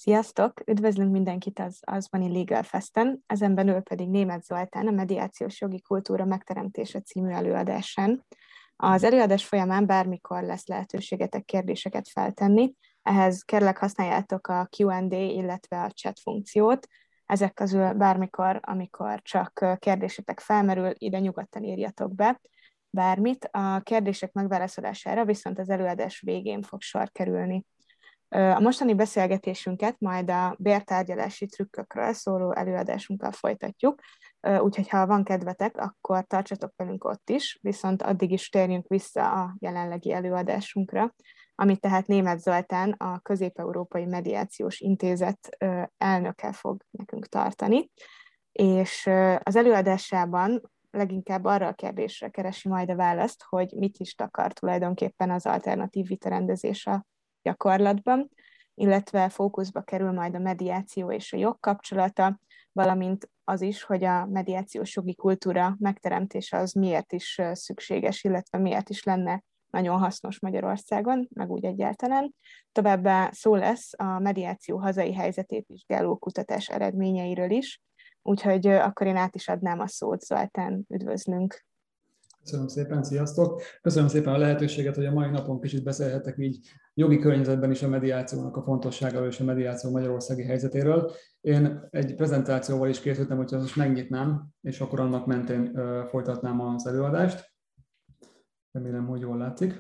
Sziasztok! Üdvözlünk mindenkit az Azbani Legal Festen, ezen belül pedig Németh Zoltán a Mediációs Jogi Kultúra Megteremtése című előadásán. Az előadás folyamán bármikor lesz lehetőségetek kérdéseket feltenni, ehhez kérlek használjátok a Q&A, illetve a chat funkciót. Ezek közül bármikor, amikor csak kérdésetek felmerül, ide nyugodtan írjatok be bármit. A kérdések megválaszolására viszont az előadás végén fog sor kerülni. A mostani beszélgetésünket majd a bértárgyalási trükkökről szóló előadásunkkal folytatjuk, úgyhogy ha van kedvetek, akkor tartsatok velünk ott is, viszont addig is térjünk vissza a jelenlegi előadásunkra, amit tehát Németh Zoltán, a Közép-Európai Mediációs Intézet elnöke fog nekünk tartani, és az előadásában leginkább arra a kérdésre keresi majd a választ, hogy mit is takar tulajdonképpen az alternatív vitarendezés a gyakorlatban, illetve fókuszba kerül majd a mediáció és a jog kapcsolata, valamint az is, hogy a mediációs jogi kultúra megteremtése az miért is szükséges, illetve miért is lenne nagyon hasznos Magyarországon, meg úgy egyáltalán. Továbbá szó lesz a mediáció hazai helyzetét vizsgáló kutatás eredményeiről is, úgyhogy akkor én át is adnám a szót, Zoltán, üdvözlünk! Köszönöm szépen, sziasztok! Köszönöm szépen a lehetőséget, hogy a mai napon kicsit beszélhetek így jogi környezetben is a mediációnak a fontosságáról és a mediáció magyarországi helyzetéről. Én egy prezentációval is készültem, hogyha most megnyitnám, és akkor annak mentén folytatnám az előadást. Remélem, hogy jól látszik.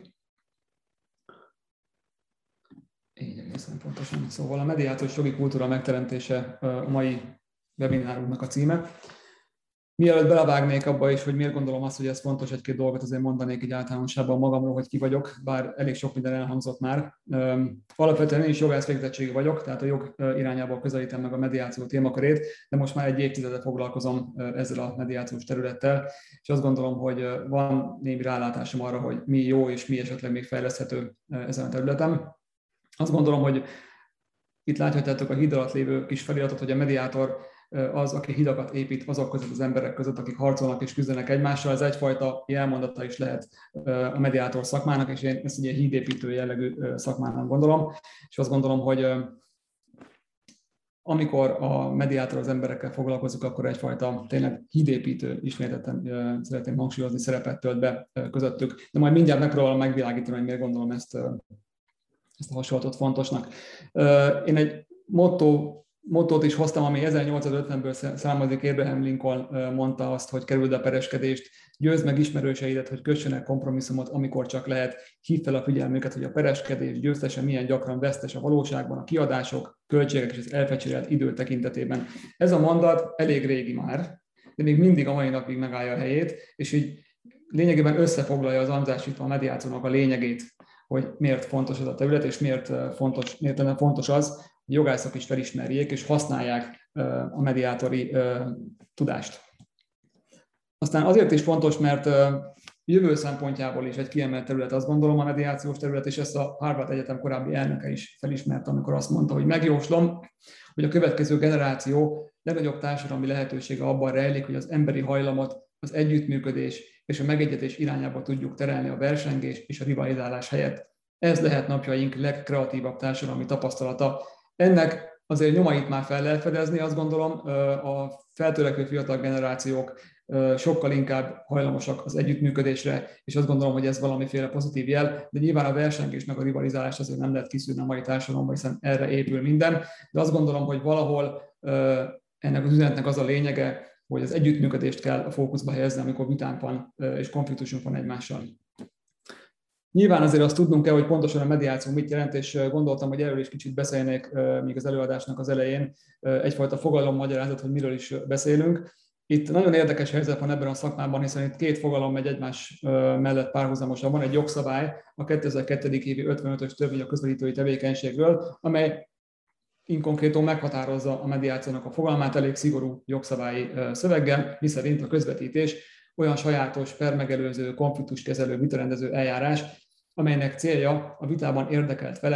Így egészen pontosan. Szóval a mediációs jogi kultúra megteremtése a mai webinárunknak a címe. Mielőtt belevágnék abba is, hogy miért gondolom azt, hogy ez fontos, egy-két dolgot azért mondanék így általánosságban magamról, hogy ki vagyok, bár elég sok minden elhangzott már. Alapvetően én is jogász végzettségű vagyok, tehát a jog irányából közelítem meg a mediáció témakörét, de most már egy évtizede foglalkozom ezzel a mediációs területtel, és azt gondolom, hogy van némi rálátásom arra, hogy mi jó és mi esetleg még fejleszthető ezen a területen. Azt gondolom, hogy itt láthatjátok a híd alatt lévő kis feliratot, hogy a mediátor az, aki hidakat épít azok között, az emberek között, akik harcolnak és küzdenek egymással. Ez egyfajta jelmondata is lehet a mediátor szakmának, és én ezt egy ilyen hídépítő jellegű szakmának gondolom. És azt gondolom, hogy amikor a mediátor az emberekkel foglalkozik, akkor egyfajta tényleg hídépítő, ismételten szeretném hangsúlyozni, szerepet tölt be közöttük. De majd mindjárt megpróbálom megvilágítani, hogy miért gondolom ezt a hasonlatot fontosnak. Én egy mottót is hoztam, ami 1850-ből származik. Abraham Lincoln mondta azt, hogy kerüld a pereskedést, győzd meg ismerőseidet, hogy kössenek kompromisszumot, amikor csak lehet, hívd fel a figyelmüket, hogy a pereskedés győztese milyen gyakran vesztes a valóságban, a kiadások, költségek és az elfecsérélt idő tekintetében. Ez a mondat elég régi már, de még mindig a mai napig megállja a helyét, és így lényegében összefoglalja az András a mediációnak a lényegét, hogy miért fontos ez a terület, és miért lenne fontos az, hogy jogászok is felismerjék és használják a mediátori tudást. Aztán azért is fontos, mert jövő szempontjából is egy kiemelt terület, azt gondolom, a mediációs terület, és ezt a Harvard Egyetem korábbi elnöke is felismerte, amikor azt mondta, hogy megjóslom, hogy a következő generáció legnagyobb társadalmi lehetősége abban rejlik, hogy az emberi hajlamot, az együttműködés és a megegyetés irányába tudjuk terelni a versengés és a rivalizálás helyett. Ez lehet napjaink legkreatívabb társadalmi tapasztalata. Ennek azért nyomait már fel lehet fedezni, azt gondolom, a feltörekvő fiatal generációk sokkal inkább hajlamosak az együttműködésre, és azt gondolom, hogy ez valamiféle pozitív jel, de nyilván a versengés meg a rivalizálás azért nem lehet kiszűrni a mai társadalomban, hiszen erre épül minden, de azt gondolom, hogy valahol ennek az üzenetnek az a lényege, hogy az együttműködést kell a fókuszba helyezni, amikor vitánk van és konfliktusunk van egymással. Nyilván azért azt tudnunk kell, hogy pontosan a mediáció mit jelent, és gondoltam, hogy erről is kicsit beszélnék még az előadásnak az elején, egyfajta fogalommagyarázat, hogy miről is beszélünk. Itt nagyon érdekes helyzet van ebben a szakmában, hiszen itt két fogalom megy egymás mellett párhuzamosan. Van egy jogszabály, a 2002. évi 55-ös törvény a közvetítői tevékenységről, amely inkonkrétan meghatározza a mediációnak a fogalmát elég szigorú jogszabályi szöveggel, miszerint a közvetítés olyan sajátos, permegelőző, konfliktuskezelő, vitarendező eljárás, amelynek célja a vitában érdekelt felek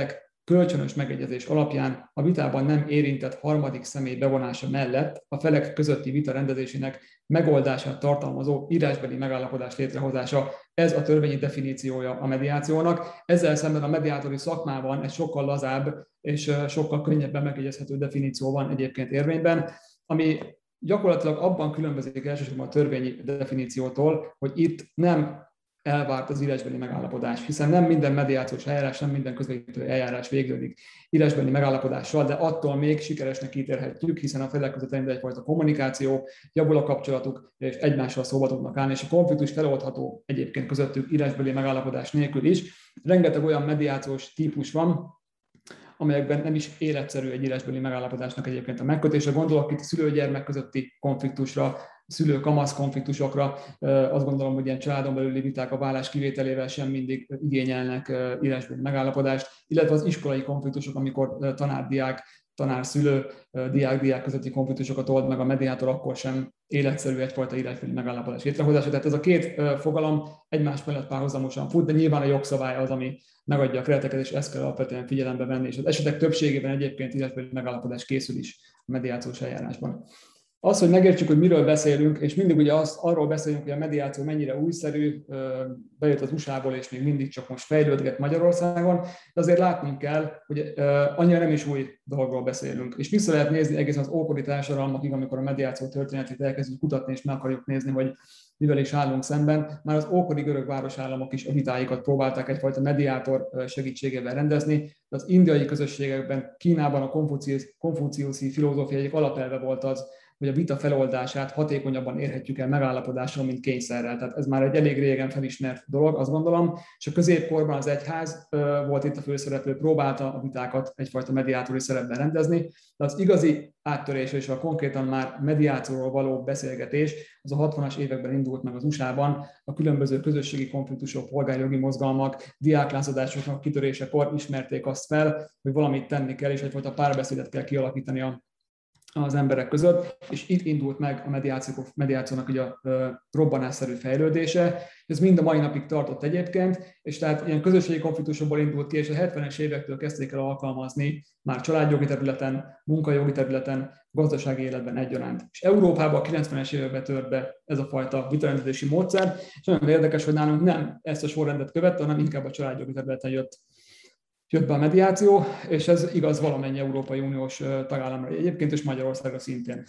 kölcsönös megegyezés alapján a vitában nem érintett harmadik személy bevonása mellett a felek közötti vita rendezésének megoldását tartalmazó írásbeli megállapodás létrehozása. Ez a törvényi definíciója a mediációnak. Ezzel szemben a mediátori szakmában egy sokkal lazább és sokkal könnyebben megegyezhető definíció van egyébként érvényben, ami gyakorlatilag abban különbözik elsősorban a törvényi definíciótól, hogy itt nem elvárt az írásbeli megállapodás, hiszen nem minden mediációs eljárás, nem minden közvetítő eljárás végződik írásbeli megállapodással, de attól még sikeresnek ítélhetjük, hiszen a felek között elindul egyfajta kommunikáció, javul a kapcsolatuk, és egymással szóba tudnak állni, és a konfliktus feloldható egyébként közöttük írásbeli megállapodás nélkül is. Rengeteg olyan mediációs típus van, amelyekben nem is életszerű egy írásbeli megállapodásnak egyébként a megkötése. Gondolok itt szülő-gyermek közötti konfliktusra, szülő-kamasz konfliktusokra. Azt gondolom, hogy ilyen családon belüli viták a vállás kivételével sem mindig igényelnek írásbeli megállapodást, illetve az iskolai konfliktusok, amikor tanár-diák, tanár-szülő, diák-diák közötti konfliktusokat old meg a mediátor, akkor sem életszerű egyfajta írásbeli megállapodás létrehozása. Tehát ez a két fogalom egymás mellett párhuzamosan fut, de nyilván a jogszabály az, ami megadja a kereteket, és ezt kell alapvetően figyelembe venni, és az esetek többségében egyébként írásbeli megállapodás készül is a mediációs eljárásban. Az, hogy megértsük, hogy miről beszélünk, és mindig ugye arról beszélünk, hogy a mediáció mennyire újszerű, bejött az USA-ból, és még mindig csak most fejlődget Magyarországon, de azért látnunk kell, hogy annyira nem is új dologról beszélünk. És vissza lehet nézni egészen az ókori társadalmakig, amikor a mediáció történetét elkezdjük kutatni, és meg akarjuk nézni, hogy mivel is állunk szemben. Már az ókori görög városállamok is a vitáikat próbálták egyfajta mediátor segítségével rendezni, de az indiai közösségekben, Kínában a konfuciuszi filozófia egyik alapelve volt az, hogy a vita feloldását hatékonyabban érhetjük el megállapodással, mint kényszerrel. Tehát ez már egy elég régen felismert dolog, azt gondolom, és a középkorban az egyház volt itt a főszereplő, próbálta a vitákat egyfajta mediátori szerepben rendezni, de az igazi áttörés és a konkrétan már mediációról való beszélgetés az a 60-as években indult meg az USA-ban, a különböző közösségi konfliktusok, polgárjogi mozgalmak, diáklázadásoknak kitörésekor ismerték azt fel, hogy valamit tenni kell, és egyfajta párbeszédet kell kialakítani az emberek között, és itt indult meg a mediációnak ugye a robbanásszerű fejlődése. Ez mind a mai napig tartott egyébként, és tehát ilyen közösségi konfliktusokból indult ki, és a 70-es évektől kezdték el alkalmazni már családjogi területen, munkajogi területen, gazdasági életben egyaránt. És Európában a 90-es években tört be ez a fajta vitarendezési módszer, és nagyon érdekes, hogy nálunk nem ezt a sorrendet követte, hanem inkább a családjogi területen jött be a mediáció, és ez igaz valamennyi Európai Uniós tagállamra egyébként, és Magyarországra szintén.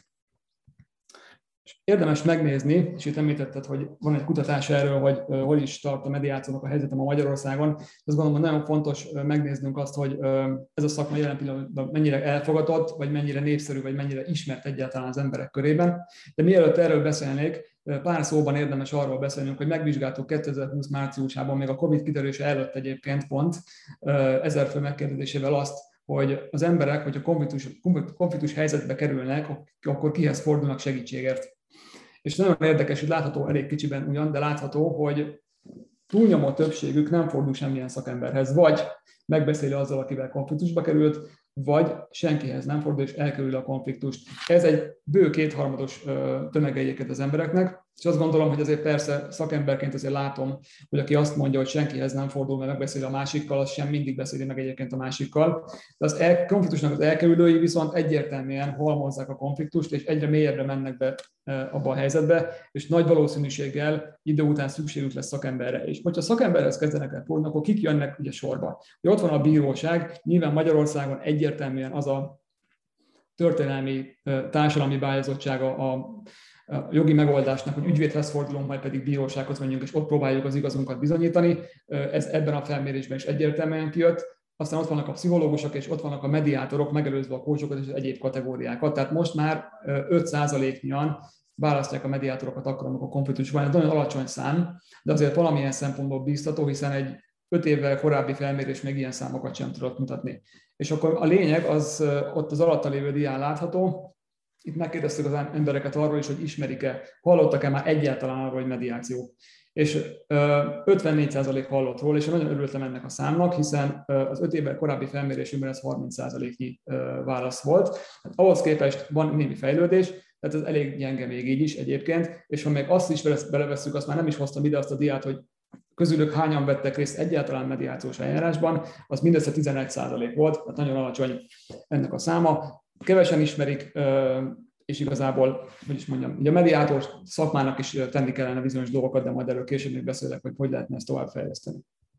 És érdemes megnézni, és itt említetted, hogy van egy kutatás erről, hogy hol is tart a mediációnak a helyzetem a Magyarországon. Azt gondolom, hogy nagyon fontos megnéznünk azt, hogy ez a szakma jelen pillanatban mennyire elfogadott, vagy mennyire népszerű, vagy mennyire ismert egyáltalán az emberek körében. De mielőtt erről beszélnék, pár szóban érdemes arról beszélnünk, hogy megvizsgáltuk 2020 márciusában, még a Covid kitörése előtt egyébként pont 1000 fő megkérdezésével azt, hogy az emberek, hogyha konfliktus helyzetbe kerülnek, akkor kihez fordulnak segítségért. És nagyon érdekes, hogy látható, elég kicsiben ugyan, de látható, hogy túlnyomó többségük nem fordul semmilyen szakemberhez, vagy megbeszéli azzal, akivel konfliktusba került, vagy senkihez nem fordul, és elkerül a konfliktust. Ez egy bő kétharmados tömege egyébként az embereknek, és azt gondolom, hogy azért persze szakemberként azért látom, hogy aki azt mondja, hogy senkihez nem fordul, mert megbeszéli a másikkal, az sem mindig beszéli meg egyébként a másikkal. De az konfliktusnak az elkerülői viszont egyértelműen halmozzák a konfliktust, és egyre mélyebbre mennek be abba a helyzetbe, és nagy valószínűséggel idő után szükségük lesz szakemberre. És hogyha szakemberhez kezdenek el fordulni, akkor kik jönnek ugye sorba? Ott van a bíróság, nyilván Magyarországon egyértelműen az a történelmi társadalmi beállítottsága a jogi megoldásnak, hogy ügyvédhez fordulunk, majd pedig bírósághoz menjünk, és ott próbáljuk az igazunkat bizonyítani. Ez ebben a felmérésben is egyértelműen kijött. Aztán ott vannak a pszichológusok, és ott vannak a mediátorok, megelőzve a kócsokat és az egyéb kategóriákat. Tehát most már 5%-nyian választják a mediátorokat akkor, amikor konfliktus van. Ez nagyon alacsony szám, de azért valamilyen szempontból bíztató, hiszen egy 5 évvel korábbi felmérés még ilyen számokat sem tudott mutatni. És akkor a lényeg az ott az alatta lévő dián látható. Itt megkérdeztük az embereket arról is, hogy ismerik-e, hallottak-e már egyáltalán arról, hogy mediáció. És 54% hallott róla, és nagyon örültem ennek a számnak, hiszen az 5 évvel korábbi felmérésünkben ez 30%-nyi válasz volt. Hát ahhoz képest van némi fejlődés, tehát ez elég gyenge még így is egyébként, és ha még azt is belevesszük, azt már nem is hoztam ide azt a diát, hogy közülük hányan vettek részt egyáltalán mediációs eljárásban, az mindössze 11% volt, tehát nagyon alacsony ennek a száma. Kevesen ismerik, és igazából, hogy is mondjam, ugye a mediátor szakmának is tenni kellene bizonyos dolgokat, de majd erről később még beszélek, hogy lehetne ezt továbbfejleszteni.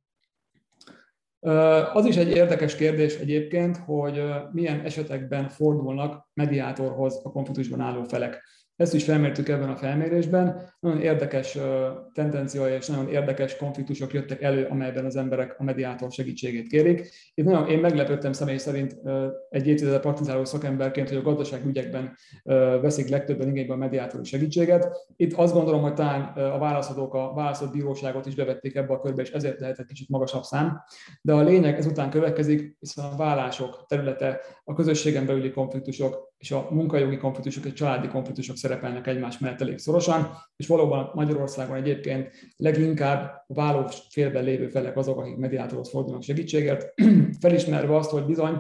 Az is egy érdekes kérdés egyébként, hogy milyen esetekben fordulnak mediátorhoz a konfliktusban álló felek. Ezt is felmértük ebben a felmérésben. Nagyon érdekes tendencia és nagyon érdekes konfliktusok jöttek elő, amelyben az emberek a mediátor segítségét kérik. Itt én meglepődtem személy szerint egy évtizedet praktizáló szakemberként, hogy a gazdaságügyekben veszik legtöbben igénybe a mediátori segítséget. Itt azt gondolom, hogy talán a válaszadók a válaszolt bíróságot is bevették ebbe a körbe, és ezért lehet egy kicsit magasabb szám. De a lényeg ezután következik, hiszen a vállások területe, a közösségen belüli konfliktusok és a munkajogi konfliktusok és családi konfliktusok szerepelnek egymás mellett elég szorosan, és valóban Magyarországon egyébként leginkább a váló félben lévő felek azok, akik mediátorhoz fordulnak segítségért, felismerve azt, hogy bizony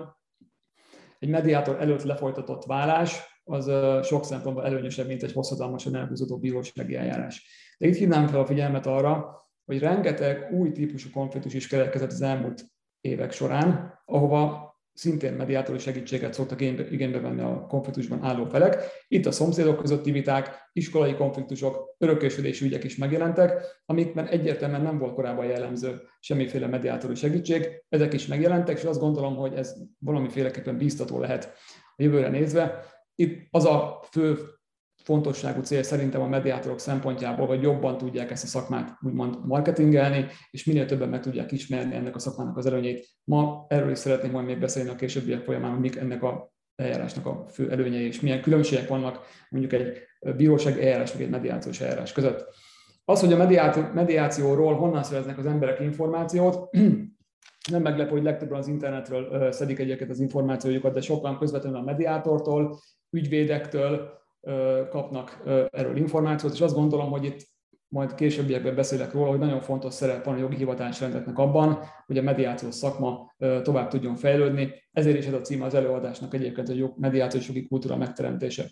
egy mediátor előtt lefolytatott vállás az sok szempontból előnyösebb, mint egy hosszadalmasan elhúzódó bírósági eljárás. De itt hívnám fel a figyelmet arra, hogy rengeteg új típusú konfliktus is keletkezett az elmúlt évek során, ahova szintén mediátori segítséget szoktak igénybe venni a konfliktusban álló felek. Itt a szomszédok közötti viták, iskolai konfliktusok, örökösödési ügyek is megjelentek, amikben egyértelműen nem volt korábban jellemző semmiféle mediátori segítség. Ezek is megjelentek, és azt gondolom, hogy ez valamiféleképpen bíztató lehet a jövőre nézve. Itt az a fő fontosságú cél szerintem a mediátorok szempontjából, hogy jobban tudják ezt a szakmát úgymond marketingelni, és minél többen meg tudják ismerni ennek a szakmának az előnyeit. Ma erről is szeretnék majd még beszélni a későbbiek folyamán, hogy mik ennek a eljárásnak a fő előnyei, és milyen különbségek vannak mondjuk egy bírósági eljárás vagy egy mediációs eljárás között. Az, hogy a mediációról honnan szereznek az emberek információt, nem meglepő, hogy legtöbben az internetről szedik egyébként az információjukat, de sokan közvetlenül a mediátortól, ügyvédektől kapnak erről információt, és azt gondolom, hogy itt majd későbbiekben beszélek róla, hogy nagyon fontos szerep van a jogi hivatásrendeknek abban, hogy a mediációs szakma tovább tudjon fejlődni. Ezért is ez a címe az előadásnak egyébként a mediációs jogi kultúra megteremtése.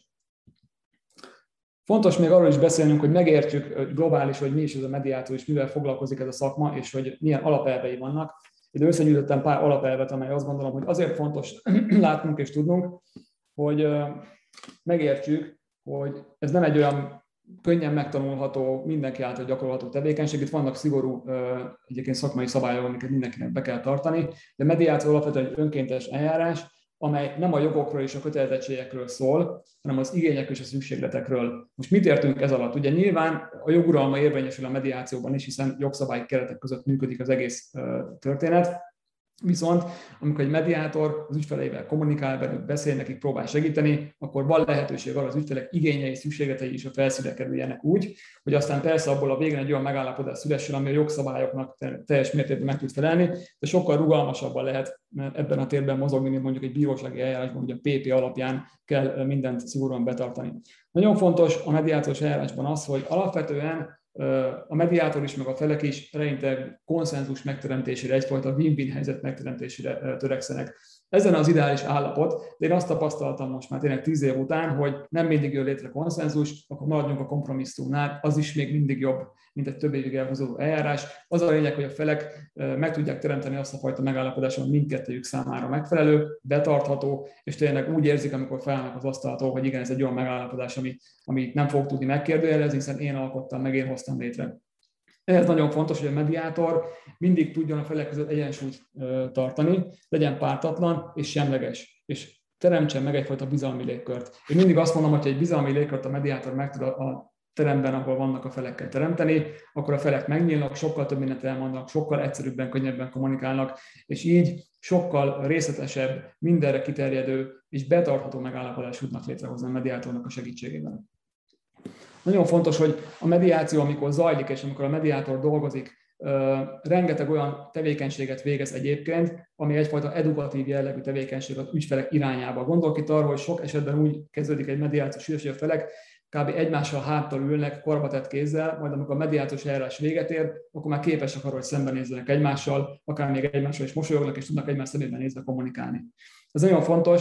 Fontos még arról is beszélnünk, hogy megértsük globális, hogy mi is ez a mediáció, és mivel foglalkozik ez a szakma, és hogy milyen alapelvei vannak. Itt összegyűjtöttem pár alapelvet, amely azt gondolom, hogy azért fontos látnunk és tudnunk, hogy megértsük, hogy ez nem egy olyan könnyen megtanulható, mindenki által gyakorolható tevékenység. Itt vannak szigorú egyébként szakmai szabályok, amiket mindenkinek be kell tartani, de mediáció alapvetően egy önkéntes eljárás, amely nem a jogokról és a kötelezettségekről szól, hanem az igényekről és a szükségletekről. Most mit értünk ez alatt? Ugye nyilván a joguralma érvényesül a mediációban is, hiszen jogszabályi keretek között működik az egész történet. Viszont amikor egy mediátor az ügyfeleivel kommunikál, velük beszél, nekik próbál segíteni, akkor van lehetőség arra, az ügyfelek igényei, szükségletei is a felszínre kerüljenek úgy, hogy aztán persze abból a végén egy olyan megállapodás szülessen, ami a jogszabályoknak teljes mértékben meg tud felelni, de sokkal rugalmasabban lehet ebben a térben mozogni, mint mondjuk egy bírósági eljárásban, hogy a PP alapján kell mindent szigorúan betartani. Nagyon fontos a mediációs eljárásban az, hogy alapvetően a mediátor is, meg a felek is eleinte konszenzus megteremtésére, egyfajta win-win helyzet megteremtésére törekszenek. Ezen az ideális állapot, de én azt tapasztaltam most már tényleg 10 év után, hogy nem mindig jön létre konszenzus, akkor maradjunk a kompromisszumnál, az is még mindig jobb, mint egy több évig elhúzódó eljárás. Az a lényeg, hogy a felek meg tudják teremteni azt a fajta megállapodást, ami mindkettőjük számára megfelelő, betartható, és tényleg úgy érzik, amikor felállnak az asztaltól, hogy igen, ez egy olyan megállapodás, amit nem fog tudni megkérdőjelezni, hiszen én alkottam, meg én hoztam létre. Ehhez nagyon fontos, hogy a mediátor mindig tudjon a felek között egyensúlyt tartani, legyen pártatlan és semleges, és teremtsen meg egyfajta bizalmi légkört. Én mindig azt mondom, hogy egy bizalmi légkört a mediátor meg tud a teremben, ahol vannak a felekkel teremteni, akkor a felek megnyílnak, sokkal több mindent elmondanak, sokkal egyszerűbben, könnyebben kommunikálnak, és így sokkal részletesebb, mindenre kiterjedő és betartható megállapodást tudnak létrehozni a mediátornak a segítségével. Nagyon fontos, hogy a mediáció, amikor zajlik, és amikor a mediátor dolgozik, rengeteg olyan tevékenységet végez egyébként, ami egyfajta edukatív jellegű tevékenység az ügyfelek irányába. Gondolok itt arra, hogy sok esetben úgy kezdődik egy mediáció, hogy a felek kb. Egymással háttal ülnek, karbatett kézzel, majd amikor a mediációs eljárás véget ér, akkor már képesek arra, hogy szembenézzenek egymással, akár még egymással is mosolyognak, és tudnak egymás szemében nézve kommunikálni. Ez nagyon fontos,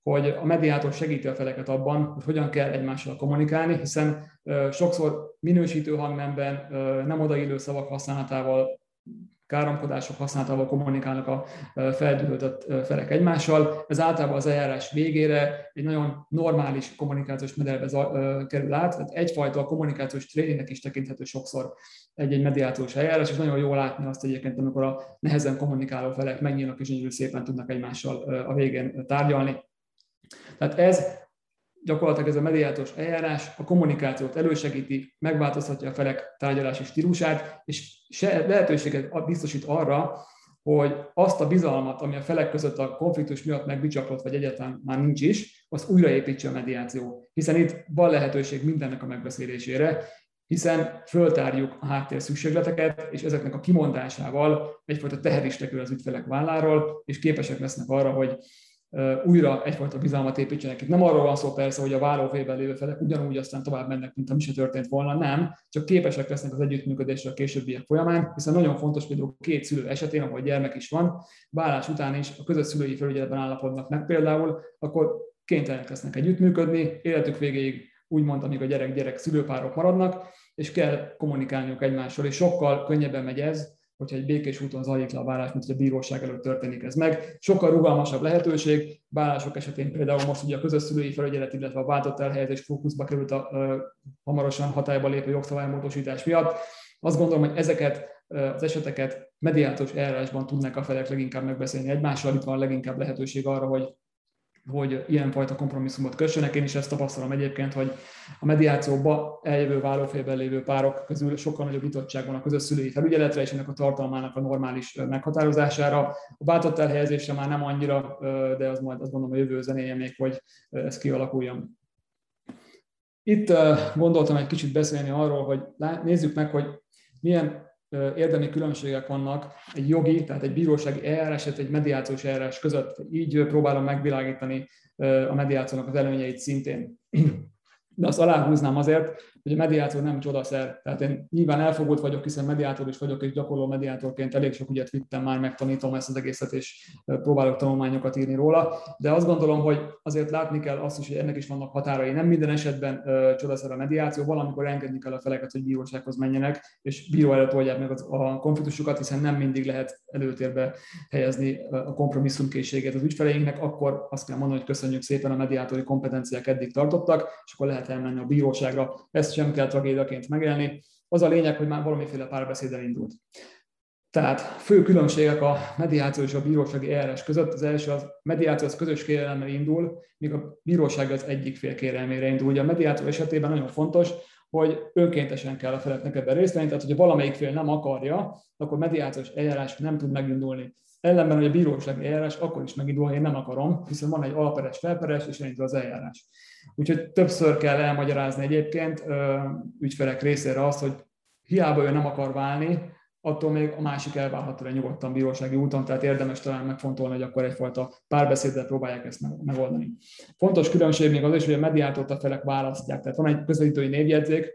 hogy a mediátor segíti a feleket abban, hogy hogyan kell egymással kommunikálni, hiszen sokszor minősítő hangnemben, nem odaillő szavak használatával, káromkodások használatával kommunikálnak a feldühödött felek egymással. Ez általában az eljárás végére egy nagyon normális kommunikációs modellbe kerül át, tehát egyfajta kommunikációs tréningnek is tekinthető sokszor egy mediációs eljárás, és nagyon jól látni azt egyébként, amikor a nehezen kommunikáló felek megnyílnak és gyönyörű szépen tudnak egymással a végén tárgyalni. Tehát gyakorlatilag ez a mediációs eljárás a kommunikációt elősegíti, megváltoztatja a felek tárgyalási stílusát, és lehetőséget biztosít arra, hogy azt a bizalmat, ami a felek között a konfliktus miatt megbicsaklott, vagy egyáltalán már nincs is, azt újraépítse a mediáció. Hiszen itt van lehetőség mindennek a megbeszélésére, hiszen föltárjuk a háttér szükségleteket, és ezeknek a kimondásával egyfajta teher is lekül az ügyfelek válláról, és képesek lesznek arra, hogy újra egyfajta bizalmat építsenek. Itt nem arról van szó persze, hogy a vállófélben lévő felek ugyanúgy aztán tovább mennek, mint ha mi se történt volna, nem, csak képesek lesznek az együttműködésre a későbbiek folyamán, hiszen nagyon fontos például két szülő esetén, ahol gyermek is van, válás után is a közös szülői felügyeletben állapodnak meg például, akkor kénytelenek lesznek együttműködni, életük végéig úgymond, amíg a gyerek szülőpárok maradnak, és kell kommunikálniuk egymással, és sokkal könnyebben megy ez, hogyha egy békés úton zajlik le a vállás, mint hogy a bíróság előtt történik ez meg. Sokkal rugalmasabb lehetőség, vállások esetén például most ugye a közös szülői felügyelet, illetve a váltott elhelyezés fókuszba került a hamarosan hatályba lépő jogszabálymódosítás miatt. Azt gondolom, hogy ezeket az eseteket mediációs eljárásban tudnak a felek leginkább megbeszélni egymással, itt van leginkább lehetőség arra, hogy ilyenfajta kompromisszumot kössenek. Én is ezt tapasztalom egyébként, hogy a mediációba eljövő vállófélben lévő párok közül sokkal nagyobb nyitottság van a közös szülői felügyeletre és ennek a tartalmának a normális meghatározására. A váltott elhelyezésre már nem annyira, de az majd azt gondolom a jövő zenéje még, hogy ez kialakuljon. Itt gondoltam egy kicsit beszélni arról, hogy nézzük meg, hogy milyen érdemi különbségek vannak egy jogi, tehát egy bírósági eljárás, egy mediációs eljárás között. Így próbálom megvilágítani a mediációnak az előnyeit szintén. De azt aláhúznám azért, hogy a mediáció nem csodaszer. Tehát én nyilván elfogult vagyok, hiszen mediátor is vagyok, és gyakorló mediátorként elég sok ügyet vittem már, megtanítom ezt az egészet, és próbálok tanulmányokat írni róla. De azt gondolom, hogy azért látni kell azt is, hogy ennek is vannak határai. Nem minden esetben csodaszer a mediáció, valamikor engedni kell a feleket, hogy bírósághoz menjenek, és bíró előtt oldják meg a konfliktusukat, hiszen nem mindig lehet előtérbe helyezni a kompromisszumkészséget az ügyfeleinknek, akkor azt kell mondani, hogy köszönjük szépen, a mediátori kompetenciák eddig tartottak, és akkor lehet elmenni a bíróságra. Ezt sem kell tragédiaként megélni. Az a lényeg, hogy már valamiféle párbeszéd elindult. Tehát fő különbségek a mediáció és a bírósági eljárás között. Az első, az mediáció az közös kérelemmel indul, míg a bíróság az egyik fél kérelmére indul. Ugye a mediáció esetében nagyon fontos, hogy önkéntesen kell a feleknek ebben részt venni, tehát hogyha valamelyik fél nem akarja, akkor mediációs eljárás nem tud megindulni. Ellenben, hogy a bírósági eljárás akkor is megindul, ha én nem akarom, hiszen van egy alperes, felperes, és elindul az eljárás. Úgyhogy többször kell elmagyarázni egyébként ügyfelek részére azt, hogy hiába ő nem akar válni, attól még a másik elválhat tőle nyugodtan bírósági úton, tehát érdemes talán megfontolni, hogy akkor egyfajta párbeszéddel próbálják ezt megoldani. Fontos különbség még az is, hogy a mediátort a felek választják. Tehát van egy közvetítői névjegyzék,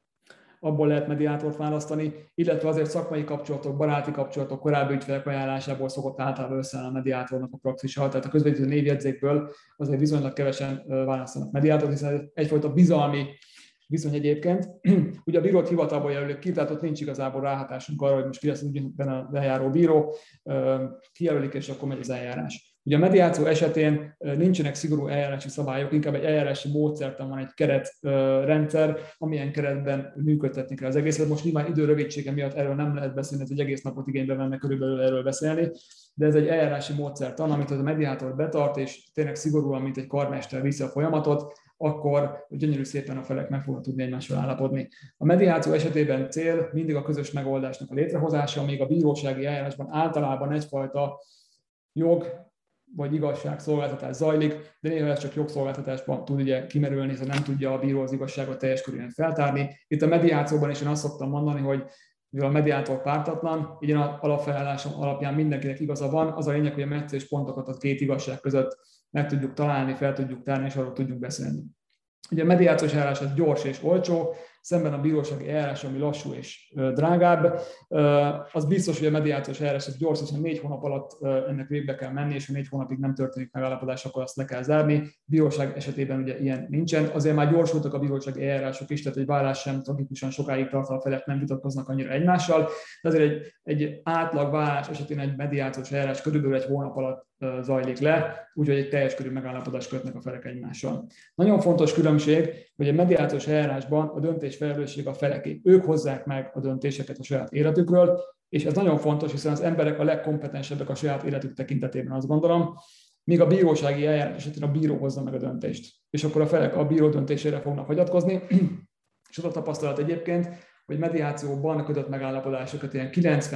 abból lehet mediátort választani, illetve azért szakmai kapcsolatok, baráti kapcsolatok, korábbi ügyfelek ajánlásából szokott általában összeállni a mediátornak a praxisa. Tehát a közvetítő névjegyzékből azért viszonylag kevesen választanak mediátort, hiszen egyfajta bizalmi viszony egyébként. Ugye a bírót hivatalból jelölik ki, tehát ott nincs igazából ráhatásunk arra, hogy most ki lesz ügyben a lejáró bíró, kijelölik, és akkor megy az eljárás. Ugye a mediáció esetén nincsenek szigorú eljárási szabályok, inkább egy eljárási módszertan van, egy keretrendszer, amilyen keretben működtetni kell az egészet. Most nyilván idő rövidsége miatt erről nem lehet beszélni, ez egy egész napot igénybe venne körülbelül erről beszélni, de ez egy eljárási módszertan, amit az a mediátor betart, és tényleg szigorúan, mint egy karmester viszi a folyamatot, akkor gyönyörű szépen a felek meg fognak tudni egymással állapodni. A mediáció esetében cél mindig a közös megoldásnak a létrehozása, még a bírósági eljárásban általában egyfajta jog vagy igazságszolgáltatás zajlik, de néha ez csak jogszolgáltatásban tud ugye kimerülni, hiszen nem tudja a bíró az igazságot teljes körülön feltárni. Itt a mediációban is én azt szoktam mondani, hogy mivel a mediátor pártatlan, így a alapfelállásom alapján mindenkinek igaza van, az a lényeg, hogy a meccés pontokat a két igazság között meg tudjuk találni, fel tudjuk tárni, és arról tudjuk beszélni. Ugye a mediációs eljárás az gyors és olcsó, szemben a bírósági eljárás, ami lassú és drágább. Az biztos, hogy a mediációs eljárás gyors, hiszen 4 hónap alatt ennek végbe kell menni, és ha 4 hónapig nem történik megállapodás, akkor azt le kell zárni. Bíróság esetében ugye ilyen nincsen. Azért már gyorsultak a bírósági eljárások is, tehát egy vállás sem tragikusan sokáig tart, a felek nem vitatkoznak annyira egymással. De azért egy átlag vállás esetén egy mediációs eljárás körülbelül 1 hónap alatt zajlik le, úgyhogy egy teljes körű megállapodást kötnek a felek egymással. Nagyon fontos különbség, hogy egy mediációs eljárásban a döntés felelősség a feleké. Ők hozzák meg a döntéseket a saját életükről, és ez nagyon fontos, hiszen az emberek a legkompetensebbek a saját életük tekintetében, azt gondolom, míg a bírósági eljárás esetén a bíró hozza meg a döntést. És akkor a felek a bíró döntésére fognak hagyatkozni, és az a tapasztalat egyébként, hogy mediációban kötött megállapodásokat ilyen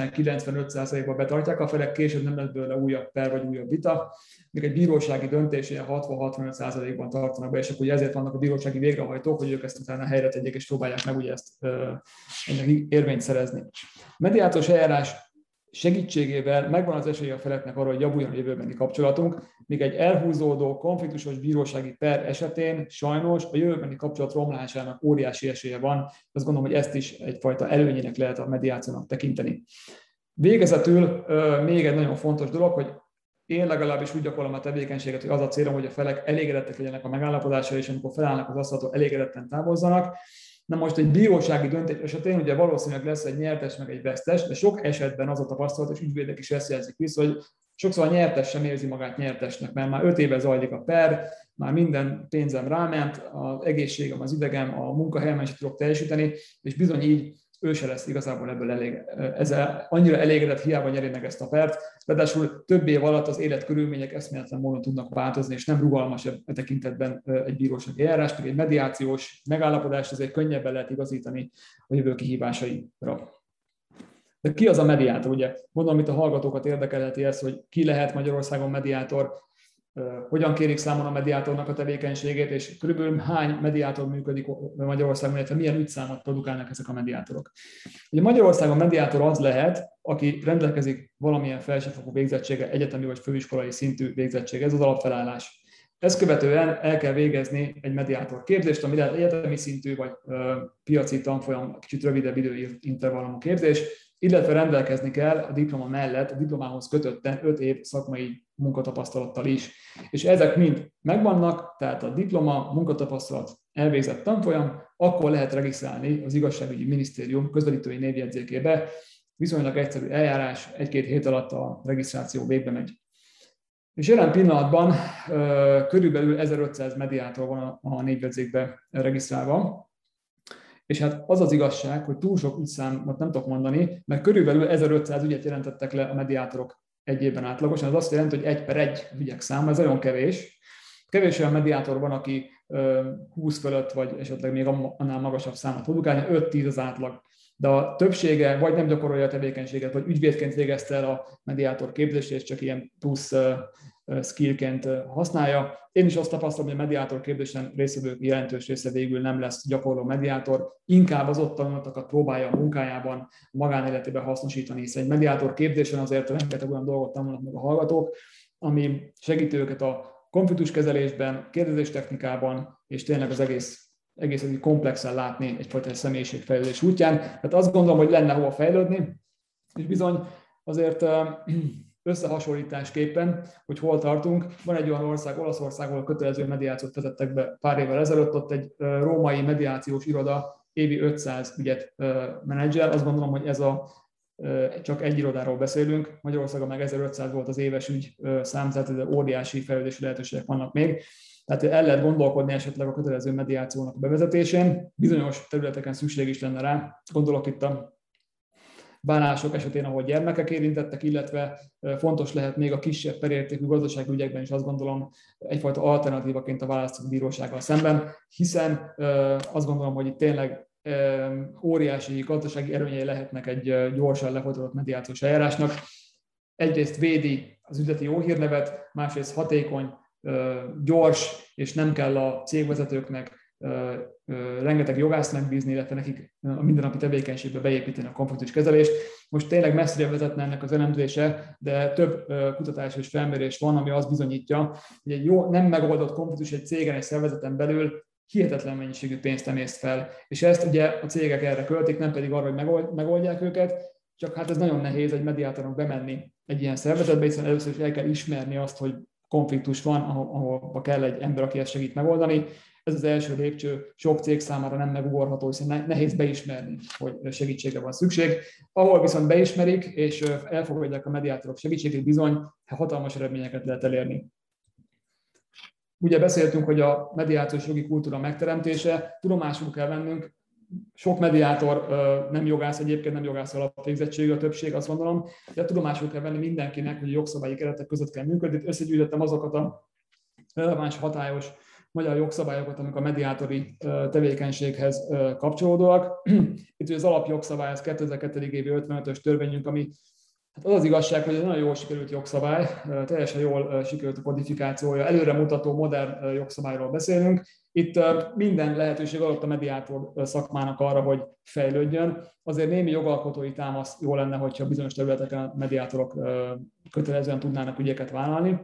90-95%-ban betartják, a felek később nem lesz belőle újabb per vagy újabb vita, míg egy bírósági döntés ilyen 60-65%-ban tartanak be, és akkor ezért vannak a bírósági végrehajtók, hogy ők ezt utána helyre tegyék, és próbálják meg ugye ezt ennek érvényt szerezni. Mediációs eljárás segítségével megvan az esélye a feleknek arra, hogy javuljon a jövőbeni kapcsolatunk, míg egy elhúzódó, konfliktusos bírósági per esetén sajnos a jövőbeni kapcsolat romlásának óriási esélye van. Azt gondolom, hogy ezt is egyfajta előnyének lehet a mediációnak tekinteni. Végezetül még egy nagyon fontos dolog, hogy én legalábbis úgy gyakorlom a tevékenységet, hogy az a célom, hogy a felek elégedettek legyenek a megállapodással, és amikor felállnak az asztaltól, elégedetten távozzanak. Na most egy bírósági döntés esetén ugye valószínűleg lesz egy nyertes, meg egy vesztes, de sok esetben az a tapasztalat, és ügyvédek is ezt jelzik vissza, hogy sokszor a nyertes sem érzi magát nyertesnek, mert már 5 éve zajlik a per, már minden pénzem ráment, az egészségem, az idegem, a munkahelyemen is tudok teljesíteni, és bizony így ő se lesz igazából ebből ezzel annyira elégedett, hiába nyeri meg ezt a pert. Ráadásul több év alatt az életkörülmények eszméletlen módon tudnak változni, és nem rugalmas e tekintetben egy bírósági eljárás, pedig egy mediációs megállapodást azért könnyebben lehet igazítani a jövő kihívásaira. De ki az a mediátor? Ugye gondolom, itt a hallgatókat érdekelheti ez, hogy ki lehet Magyarországon mediátor, hogyan kérik számon a mediátornak a tevékenységét, és körülbelül hány mediátor működik Magyarországon, illetve milyen ügyszámot produkálnak ezek a mediátorok. Ugye Magyarországon mediátor az lehet, aki rendelkezik valamilyen felsőfokú végzettsége, egyetemi vagy főiskolai szintű végzettsége, ez az alapfelállás. Ezt követően el kell végezni egy mediátor képzést, ami lehet egyetemi szintű, vagy piaci tanfolyam, kicsit rövidebb időintervallumú képzés, illetve rendelkezni kell a diploma mellett, a diplomához kötötten 5 év szakmai munkatapasztalattal is. És ezek mind megvannak, tehát a diploma, munkatapasztalat, elvégzett tanfolyam, akkor lehet regisztrálni az Igazságügyi Minisztérium közvetítői névjegyzékébe. Viszonylag egyszerű eljárás, 1-2 hét alatt a regisztráció végbe megy. És jelen pillanatban körülbelül 1500 mediátor van a névjegyzékbe regisztrálva. És hát az az igazság, hogy túl sok ügyszámot nem tudok mondani, mert körülbelül 1500 ügyet jelentettek le a mediátorok egy évben átlagosan. Ez azt jelenti, hogy 1/1 ügyek száma, ez nagyon kevés. Kevés olyan mediátor van, aki 20 fölött, vagy esetleg még annál magasabb számot produkálni, 5-10 az átlag. De a többsége vagy nem gyakorolja a tevékenységet, vagy ügyvédként végezte el a mediátor képzést, és csak ilyen plusz skillként használja. Én is azt tapasztalom, hogy a mediátor képzésen résztvevők jelentős része végül nem lesz gyakorló mediátor, inkább az ott tanultakat próbálja a munkájában, a magánéletében hasznosítani, hiszen egy mediátor képzésen azért rengeteg olyan dolgot tanulnak meg a hallgatók, ami segíti őket a konfliktuskezelésben, kérdezéstechnikában, és tényleg az egész komplexen látni egyfajta személyiségfejlődés útján. Tehát azt gondolom, hogy lenne hova fejlődni, és bizony azért összehasonlításképpen, hogy hol tartunk. Van egy olyan ország, Olaszország, ahol kötelező mediációt vezettek be pár évvel ezelőtt, ott egy római mediációs iroda évi 500 ügyet menedzsel. Azt gondolom, hogy ez csak egy irodáról beszélünk. Magyarországon meg 1500 volt az éves ügy szám, tehát óriási fejlődési lehetőségek vannak még. Tehát el lehet gondolkodni esetleg a kötelező mediációnak a bevezetésén. Bizonyos területeken szükség is lenne rá. Gondolok itt a bánások esetén, ahol gyermekek érintettek, illetve fontos lehet még a kisebb perértékű gazdasági ügyekben is, azt gondolom, egyfajta alternatívaként a választott bírósággal szemben, hiszen azt gondolom, hogy itt tényleg óriási gazdasági előnyei lehetnek egy gyorsan lefolytatott mediációs eljárásnak. Egyrészt védi az üzleti jó hírnevet, másrészt hatékony, gyors, és nem kell a cégvezetőknek rengeteg jogászt megbízni, illetve nekik a mindennapi tevékenységbe beépíteni a konfliktuskezelést. Most tényleg messzire vezetne ennek az elemzése, de több kutatás és felmérés van, ami azt bizonyítja, hogy egy jó, nem megoldott konfliktus egy cégen, egy szervezeten belül hihetetlen mennyiségű pénzt emészt fel. És ezt ugye a cégek erre költik, nem pedig arra, hogy megoldják őket, csak hát ez nagyon nehéz egy mediátornak bemenni egy ilyen szervezetbe, hiszen először is el kell ismerni azt, hogy konfliktus van, ahol kell egy ember, aki ezt segít megoldani. Ez az első lépcső, sok cég számára nem megugorható, hiszen nehéz beismerni, hogy segítségre van szükség. Ahol viszont beismerik, és elfogadják a mediátorok segítségét, bizony hatalmas eredményeket lehet elérni. Ugye beszéltünk, hogy a mediációs jogi kultúra megteremtése, tudomásul kell vennünk, sok mediátor nem jogász, egyébként nem jogász alapvégzettségű a többség, azt gondolom, de tudomásul kell venni mindenkinek, hogy a jogszabályi keretek között kell működni. Itt összegyűjtöttem azokat a releváns, hatályos magyar jogszabályokat, amik a mediátori tevékenységhez kapcsolódóak. Itt az alapjogszabály, az 2002. évi 55-ös törvényünk, ami hát az az igazság, hogy egy nagyon jól sikerült jogszabály, teljesen jól sikerült a kodifikációja, előremutató modern jogszabályról beszélünk. Itt minden lehetőség adott a mediátor szakmának arra, hogy fejlődjön. Azért némi jogalkotói támasz jó lenne, hogyha bizonyos területeken a mediátorok kötelezően tudnának ügyeket vállalni.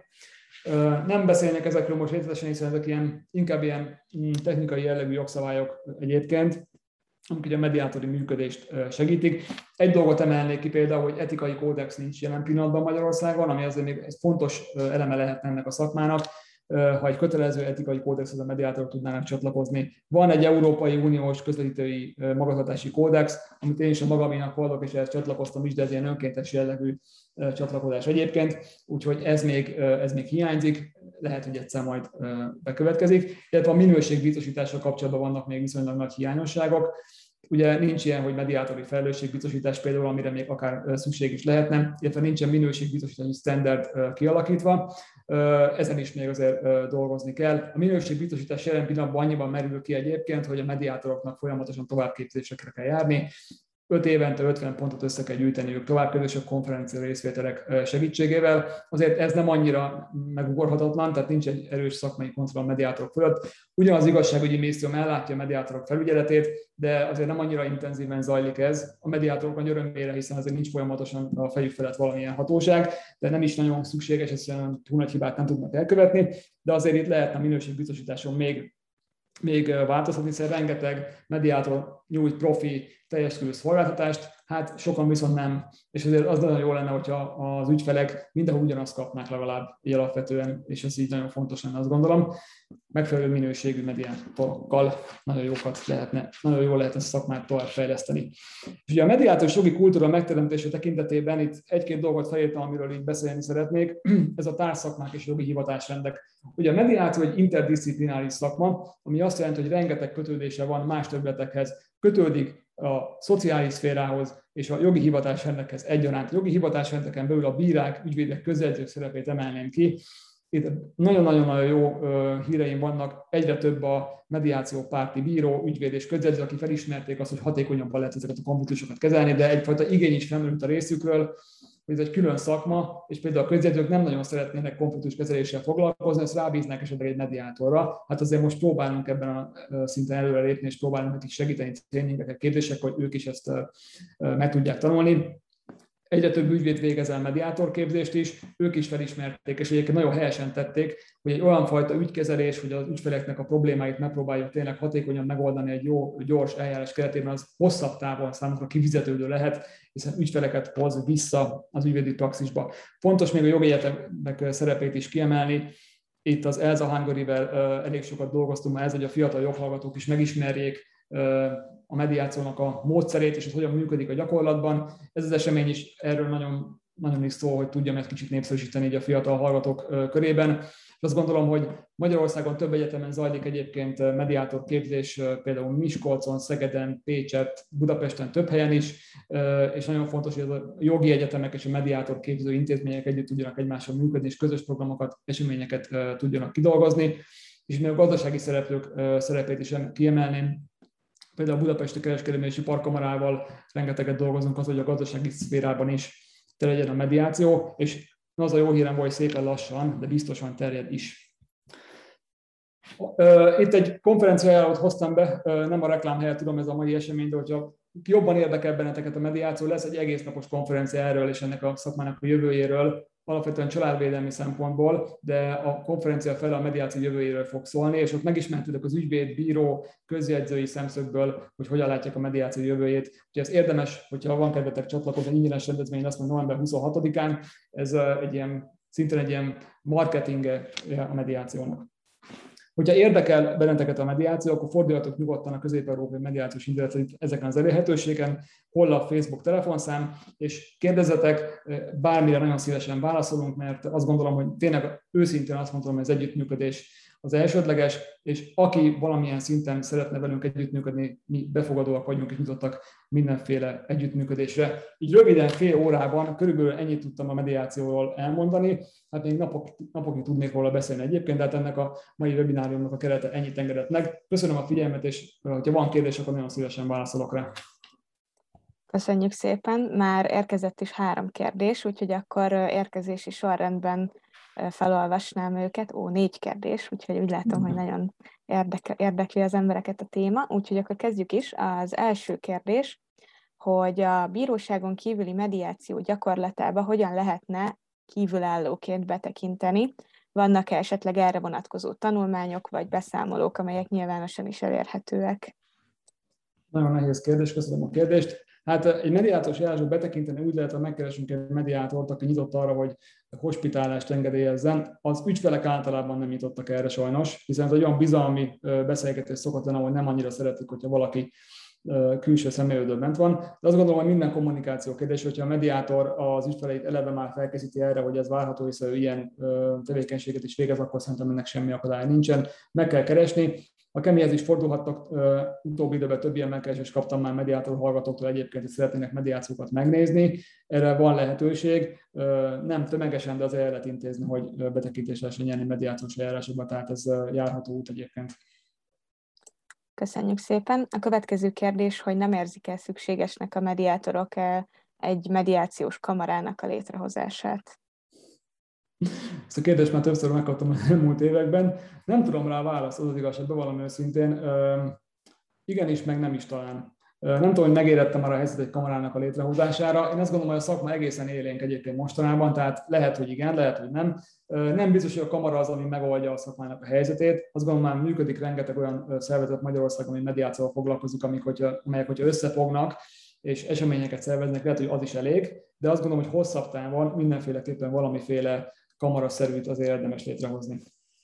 Nem beszélnek ezekről most részletesen, hiszen ezek inkább ilyen technikai jellegű jogszabályok egyébként, amik ugye a mediátori működést segítik. Egy dolgot emelnék ki például, hogy etikai kódex nincs jelen pillanatban Magyarországon, ami azért még egy fontos eleme lehetne ennek a szakmának, ha egy kötelező etikai kódexhez a mediátorok tudnának csatlakozni. Van egy Európai Uniós közvetítői magatartási kódex, amit én is a magaménak vallok, és ehhez csatlakoztam is, de ez ilyen önkéntes jellegű csatlakozás egyébként, úgyhogy ez még hiányzik, lehet, hogy egyszer majd bekövetkezik, illetve a minőségbiztosítással kapcsolatban vannak még viszonylag nagy hiányosságok. Ugye nincs ilyen, hogy mediátori felelősségbiztosítás például, amire még akár szükség is lehetne, illetve nincsen minőségbiztosítási standard kialakítva, ezen is még azért dolgozni kell. A minőségbiztosítás jelen pillanatban annyiban merül ki egyébként, hogy a mediátoroknak folyamatosan továbbképzésekre kell járni, 5 évente 50 pontot össze kell gyűjteniük továbbképzések, konferencia részvételek segítségével. Azért ez nem annyira megugorhatatlan, tehát nincs egy erős szakmai kontroll a mediátorok fölött. Ugyanaz igazságügyi minisztérium ellátja a mediátorok felügyeletét, de azért nem annyira intenzíven zajlik ez. A mediátorok nagy örömére, hiszen azért nincs folyamatosan a fejük felett valamilyen hatóság, de nem is nagyon szükséges, hiszen túl nagy hibát nem tudnak elkövetni, de azért itt lehetne a minőségbiztosításon még változtatni, hiszen rengeteg mediátor nyújt profi, teljes körű szolgáltatást, hát sokan viszont nem. És azért az nagyon jó lenne, hogyha az ügyfelek mindenhol ugyanazt kapnák legalább így alapvetően, és ez így nagyon fontos lenne, azt gondolom. Megfelelő minőségű mediátorokkal nagyon jól lehetne a szakmát továbbfejleszteni. És ugye a mediációs jogi kultúra megteremtése tekintetében itt egy-két dolgot felírtam, amiről így beszélni szeretnék. Ez a társszakmák és jogi hivatásrendek. Ugye a mediáció egy interdisziplináris szakma, ami azt jelenti, hogy rengeteg kötődése van más területekhez. Kötődik a szociális szférához és a jogi hivatásrendekhez egyaránt. A jogi hivatásrendeken belül a bírák, ügyvédek, közjegyzők szerepét emelném ki. Itt nagyon-nagyon jó híreim vannak, egyre több a mediáció párti bíró, ügyvéd és közjegyző, aki felismerték azt, hogy hatékonyabban lehet ezeket a konfliktusokat kezelni, de egyfajta igény is felmerült a részükről, hogy ez egy külön szakma, és például a közjegyzők nem nagyon szeretnének konfliktuskezeléssel foglalkozni, ezt rábíznak esetleg egy mediátorra. Hát azért most próbálunk ebben a szinten előrelépni, és próbálunk nekik segíteni tréningeket, képzések, hogy ők is ezt meg tudják tanulni. Egyre több ügyvéd végez el mediátorképzést is, ők is felismerték, és egyébként nagyon helyesen tették, hogy egy olyan fajta ügykezelés, hogy az ügyfeleknek a problémáit megpróbáljuk tényleg hatékonyan megoldani egy jó, gyors eljárás keretében, az hosszabb távon számukra kifizetődő lehet, hiszen ügyfeleket hoz vissza az ügyvédi praxisba. Fontos még a jogi egyetemek szerepét is kiemelni. Itt az ELSA Hungary-vel elég sokat dolgoztunk már, hogy a fiatal joghallgatók is megismerjék a mediációnak a módszerét, és ez hogyan működik a gyakorlatban. Ez az esemény is erről nagyon, nagyon is szól, hogy tudjam ezt kicsit népszerűsíteni így a fiatal hallgatók körében. És azt gondolom, hogy Magyarországon több egyetemen zajlik egyébként mediátor képzés, például Miskolcon, Szegeden, Pécset, Budapesten, több helyen is, és nagyon fontos, hogy a jogi egyetemek és a mediátor képző intézmények együtt tudjanak egymással működni, és közös programokat, eseményeket tudjanak kidolgozni. És még a gazdasági szereplők szerepét is kiemelném. Például a Budapesti Kereskedelmi és Iparkamarával rengeteget dolgozunk az, hogy a gazdasági szférában is terjedjen a mediáció, és az a jó hírem, hogy szépen lassan, de biztosan terjed is. Itt egy konferenciajárót hoztam be, nem a reklám helyett tudom ez a mai esemény, de hogyha jobban érdekel benneteket a mediáció, lesz egy egész napos konferencia erről és ennek a szakmának a jövőjéről, alapvetően családvédelmi szempontból, de a konferencia fele a mediáció jövőjéről fog szólni, és ott megismertük az ügyvéd, bíró, közjegyzői szemszögből, hogy hogyan látják a mediáció jövőjét. Úgyhogy ez érdemes, hogyha van kedvetek csatlakozni, ingyenes rendezvény lesz majd november 26-án, ez szintén egy ilyen marketingje a mediációnak. Hogyha érdekel benneteket a mediáció, akkor forduljatok nyugodtan a Közép-Európai Mediációs Intézetre ezeken az elérhetőségen, honlap, Facebook, telefonszám, és kérdezzetek, bármire nagyon szívesen válaszolunk, mert azt gondolom, hogy tényleg őszintén azt mondom, hogy az együttműködés az elsődleges, és aki valamilyen szinten szeretne velünk együttműködni, mi befogadóak vagyunk és nyitottak mindenféle együttműködésre. Így röviden, fél órában körülbelül ennyit tudtam a mediációról elmondani, hát még napokig tudnék róla beszélni egyébként, de hát ennek a mai webináriumnak a kerete ennyit engedett meg. Köszönöm a figyelmet, és ha van kérdés, akkor nagyon szívesen válaszolok rá. Köszönjük szépen, már érkezett is 3 kérdés, úgyhogy akkor érkezési sorrendben felolvasnám őket. 4 kérdés, úgyhogy úgy látom, hogy nagyon érdekli az embereket a téma. Úgyhogy akkor kezdjük is. Az első kérdés, hogy a bíróságon kívüli mediáció gyakorlatába hogyan lehetne kívülállóként betekinteni? Vannak-e esetleg erre vonatkozó tanulmányok vagy beszámolók, amelyek nyilvánosan is elérhetőek? Nagyon nehéz kérdés, köszönöm a kérdést. Hát egy mediátoros eljárásba betekinteni úgy lehet, hogy megkeresünk egy mediátort, aki nyitott arra, hogy hospitálást engedélyezzen. Az ügyfelek általában nem nyitottak erre sajnos, hiszen ez egy olyan bizalmi beszélgetés szokott lenni, hogy nem annyira szeretik, hogyha valaki külső szemlélődő bent van. De azt gondolom, hogy minden kommunikáció kérdés, hogyha a mediátor az ügyfeleit eleve már felkészíti erre, hogy ez várható, hiszen ő ilyen tevékenységet is végez, akkor szerintem ennek semmi akadály nincsen. Meg kell keresni. A Kemihez is fordulhattak, utóbbi időben több ilyen megkeresést kaptam már mediátor hallgatóktól egyébként, hogy szeretnének mediációkat megnézni. Erre van lehetőség, nem tömegesen, de azért el lehet intézni, hogy betekintést lehessen nyerni mediációs eljárásokba, tehát ez járható út egyébként. Köszönjük szépen. A következő kérdés, hogy nem érzik-e szükségesnek a mediátorok egy mediációs kamarának a létrehozását? Ezt a kérdést már többször megkaptam az elmúlt években. Nem tudom rá választ, az igazság, bevallom őszintén. Igenis, meg nem is talán. Nem tudom, hogy megérettem már a helyzet egy kamarának a létrehozására. Én azt gondolom, hogy a szakma egészen élénk egyébként mostanában, tehát lehet, hogy igen, lehet, hogy nem. Nem biztos, hogy a kamara az, ami megoldja a szakmának a helyzetét. Azt gondolom, már működik rengeteg olyan szervezet Magyarországon, ami mediációval foglalkozik, amelyek, hogyha összefognak, és eseményeket szerveznek, lehet, hogy az is elég, de azt gondolom, hogy hosszabb távon mindenféleképpen valamiféle kamaraszerűt azért érdemes létrehozni.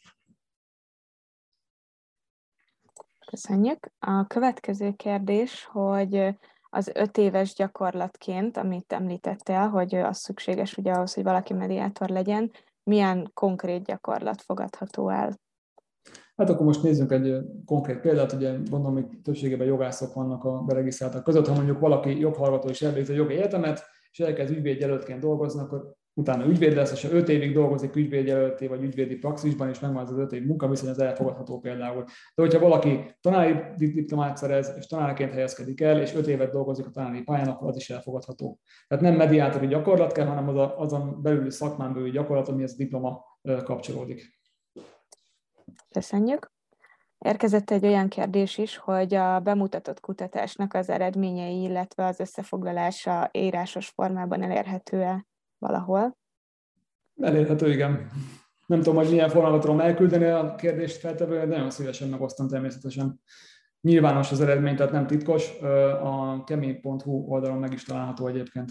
Köszönjük. A következő kérdés, hogy az 5 éves gyakorlatként, amit említettél, hogy az szükséges ugye ahhoz, hogy valaki mediátor legyen, milyen konkrét gyakorlat fogadható el? Hát akkor most nézzünk egy konkrét példát, ugye gondolom, hogy többségében jogászok vannak a beregisztráltak között. Ha mondjuk valaki joghallgató és elvégzi a jogi egyetemet, és elkezd ügyvédjelöltként dolgozni, akkor utána ügyvéd lesz, és ha 5 évig dolgozik ügyvédjelölté vagy ügyvédi praxisban, és megvan az 5 év munkaviszony, az elfogadható például. De hogyha valaki tanári diplomát szerez, és tanárként helyezkedik el, és 5 évet dolgozik a tanári pályán, akkor az is elfogadható. Tehát nem mediátori gyakorlat kell, hanem azon belüli szakmán belüli gyakorlat, amihez a diploma kapcsolódik. Köszönjük. Érkezett egy olyan kérdés is, hogy a bemutatott kutatásnak az eredményei, illetve az összefoglalása írásos formában elérhető-e valahol? Elérhető, igen. Nem tudom, hogy milyen formában tudom elküldeni a kérdést feltevőre, de nagyon szívesen megosztom természetesen. Nyilvános az eredmény, tehát nem titkos. A kemi.hu oldalon meg is található egyébként.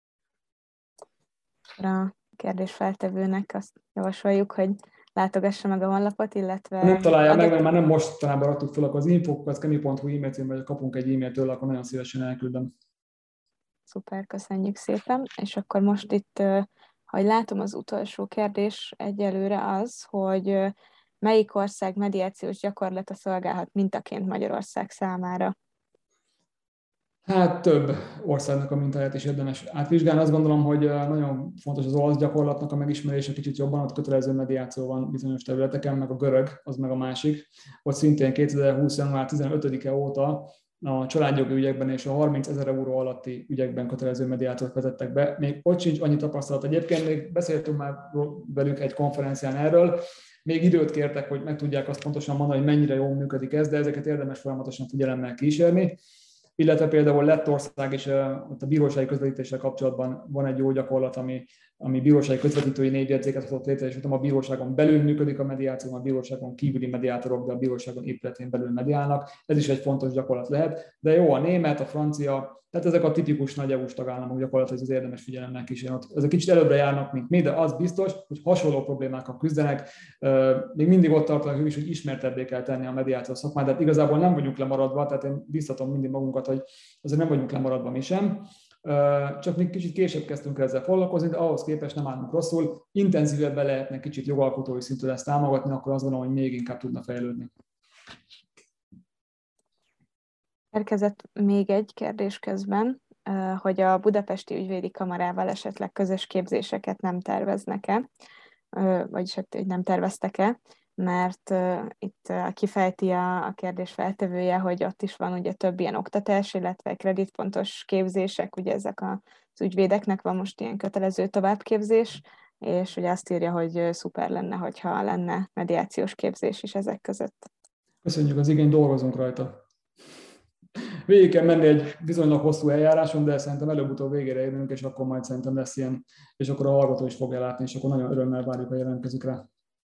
A kérdés feltevőnek azt javasoljuk, hogy látogassa meg a honlapot, illetve... Nem találja meg, mert már nem mostanában raktuk fel, akkor az info.kemi.hu e-mail címben, vagy kapunk egy e-mailt tőle, akkor nagyon szívesen elküldöm. Szuper, köszönjük szépen. És akkor most itt, ha látom, az utolsó kérdés egyelőre az, hogy melyik ország mediációs gyakorlata szolgálhat mintaként Magyarország számára? Hát több országnak a mintáját is érdemes átvizsgálni. Azt gondolom, hogy nagyon fontos az olasz gyakorlatnak a megismerése kicsit jobban, ott kötelező mediáció van bizonyos területeken, meg a görög, az meg a másik. Ott szintén 2020. január 15-e óta a családjogi ügyekben és a 30 000 euró alatti ügyekben kötelező mediátort vezettek be. Még ott sincs annyi tapasztalat egyébként, még beszéltünk már velük egy konferencián erről, még időt kértek, hogy meg tudják azt pontosan mondani, hogy mennyire jól működik ez, de ezeket érdemes folyamatosan figyelemmel kísérni. Illetve például Lettország is ott a bírósági közvetítéssel kapcsolatban van egy jó gyakorlat, ami ami bírósági közvetítői névjegyzéket hozott létre, és utána a bíróságon belül működik a mediáció, a bíróságon kívüli mediátorok, de a bíróságon épületén belül mediálnak. Ez is egy fontos gyakorlat lehet, de jó, a német, a francia, tehát ezek a tipikus nagy EU-s tagállamok gyakorlatilag az érdemes figyelemnek kísérni. Ezek kicsit előbbre járnak, mint mi, de az biztos, hogy hasonló problémákkal küzdenek. Még mindig ott tartanak ők is, hogy ismertebbé kell tenni a mediáció szakmát, de hát igazából nem vagyunk lemaradva, tehát én biztatom mindig magunkat, hogy azért nem vagyunk lemaradva mi sem. Csak még kicsit később kezdtünk ezzel foglalkozni, de ahhoz képest nem állunk rosszul. Intenzívebben lehetne kicsit jogalkotói szintű ezt támogatni, akkor azt gondolom, hogy még inkább tudna fejlődni. Érkezett még egy kérdés közben, hogy a Budapesti Ügyvédi Kamarával esetleg közös képzéseket nem terveznek-e, vagyis hogy nem terveztek-e, mert itt kifejti a kérdés feltevője, hogy ott is van ugye több ilyen oktatás, illetve kreditpontos képzések, ugye ezek az ügyvédeknek van most ilyen kötelező továbbképzés, és ugye azt írja, hogy szuper lenne, hogyha lenne mediációs képzés is ezek között. Köszönjük az igényt, dolgozunk rajta. Végig kell menni egy viszonylag hosszú eljáráson, de szerintem előbb-utóbb végére érünk, és akkor majd szerintem lesz ilyen, és akkor a hallgató is fogja látni, és akkor nagyon örömmel várjuk, ha jelentkezik rá.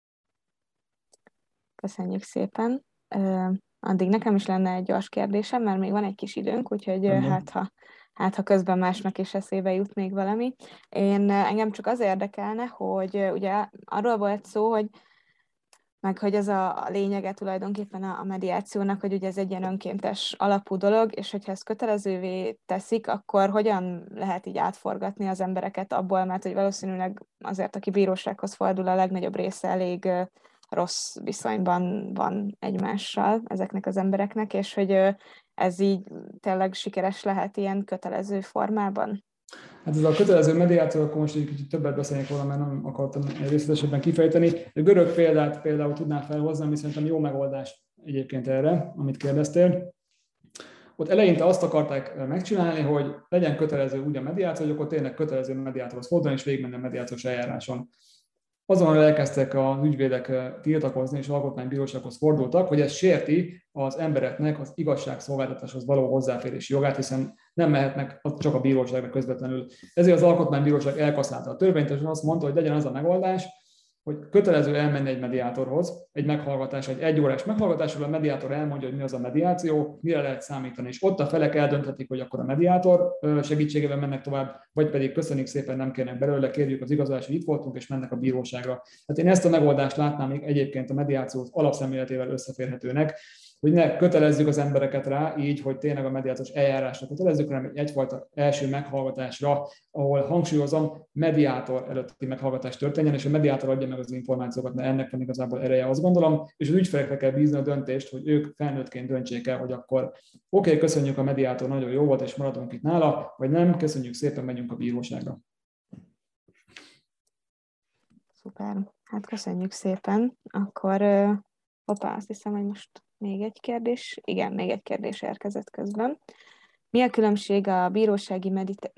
Köszönjük szépen. Addig nekem is lenne egy gyors kérdésem, mert még van egy kis időnk, úgyhogy hát ha közben másnak is eszébe jut még valami. Engem csak az érdekelne, hogy ugye arról volt szó, hogy ez a lényege tulajdonképpen a mediációnak, hogy ugye ez egy ilyen önkéntes alapú dolog, és hogyha ezt kötelezővé teszik, akkor hogyan lehet így átforgatni az embereket abból, mert hogy valószínűleg azért, aki bírósághoz fordul, a legnagyobb része elég rossz viszonyban van egymással ezeknek az embereknek, és hogy ez így tényleg sikeres lehet ilyen kötelező formában? Hát ez a kötelező mediáció, akkor most egy kicsit többet beszélnék róla, mert nem akartam részletesebben kifejteni. A görög példát például tudnám felhozni, ami szerintem jó megoldás egyébként erre, amit kérdeztél. Ott eleinte azt akarták megcsinálni, hogy legyen kötelező úgy a mediáció, hogy akkor tényleg kötelező mediátorhoz fordulni, és végigmenni a mediációs eljáráson. Azonnal elkezdtek az ügyvédek tiltakozni, és alkotmánybírósághoz fordultak, hogy ez sérti az embereknek az igazságszolgáltatáshoz való hozzáférési jogát, hiszen nem mehetnek csak a bíróságra közvetlenül. Ezért az alkotmánybíróság elkaszálta a törvényt, és azt mondta, hogy legyen az a megoldás, hogy kötelező elmenni egy mediátorhoz, egy meghallgatás, egy egyórás meghallgatásról a mediátor elmondja, hogy mi az a mediáció, mire lehet számítani, és ott a felek eldönthetik, hogy akkor a mediátor segítségével mennek tovább, vagy pedig köszönjük szépen, nem kérnek belőle, kérjük az igazolást, hogy itt voltunk, és mennek a bíróságra. Hát én ezt a megoldást látnám még egyébként a mediáció alapszemléletével összeférhetőnek, hogy ne kötelezzük az embereket rá, így, hogy tényleg a mediációs eljárásra kötelezzük, hanem egyfajta első meghallgatásra, ahol hangsúlyozom, mediátor előtti meghallgatás történjen, és a mediátor adja meg az információkat, mert ennek van igazából ereje, azt gondolom, és az ügyfelekre kell bízni a döntést, hogy ők felnőttként döntsék el, hogy akkor oké, köszönjük, a mediátor nagyon jó volt, és maradunk itt nála, vagy nem, köszönjük szépen, megyünk a bíróságra. Szuper, hát köszönjük szépen. Akkor, azt hiszem, hogy most még egy kérdés. Igen, még egy kérdés érkezett közben. Mi a különbség a bírósági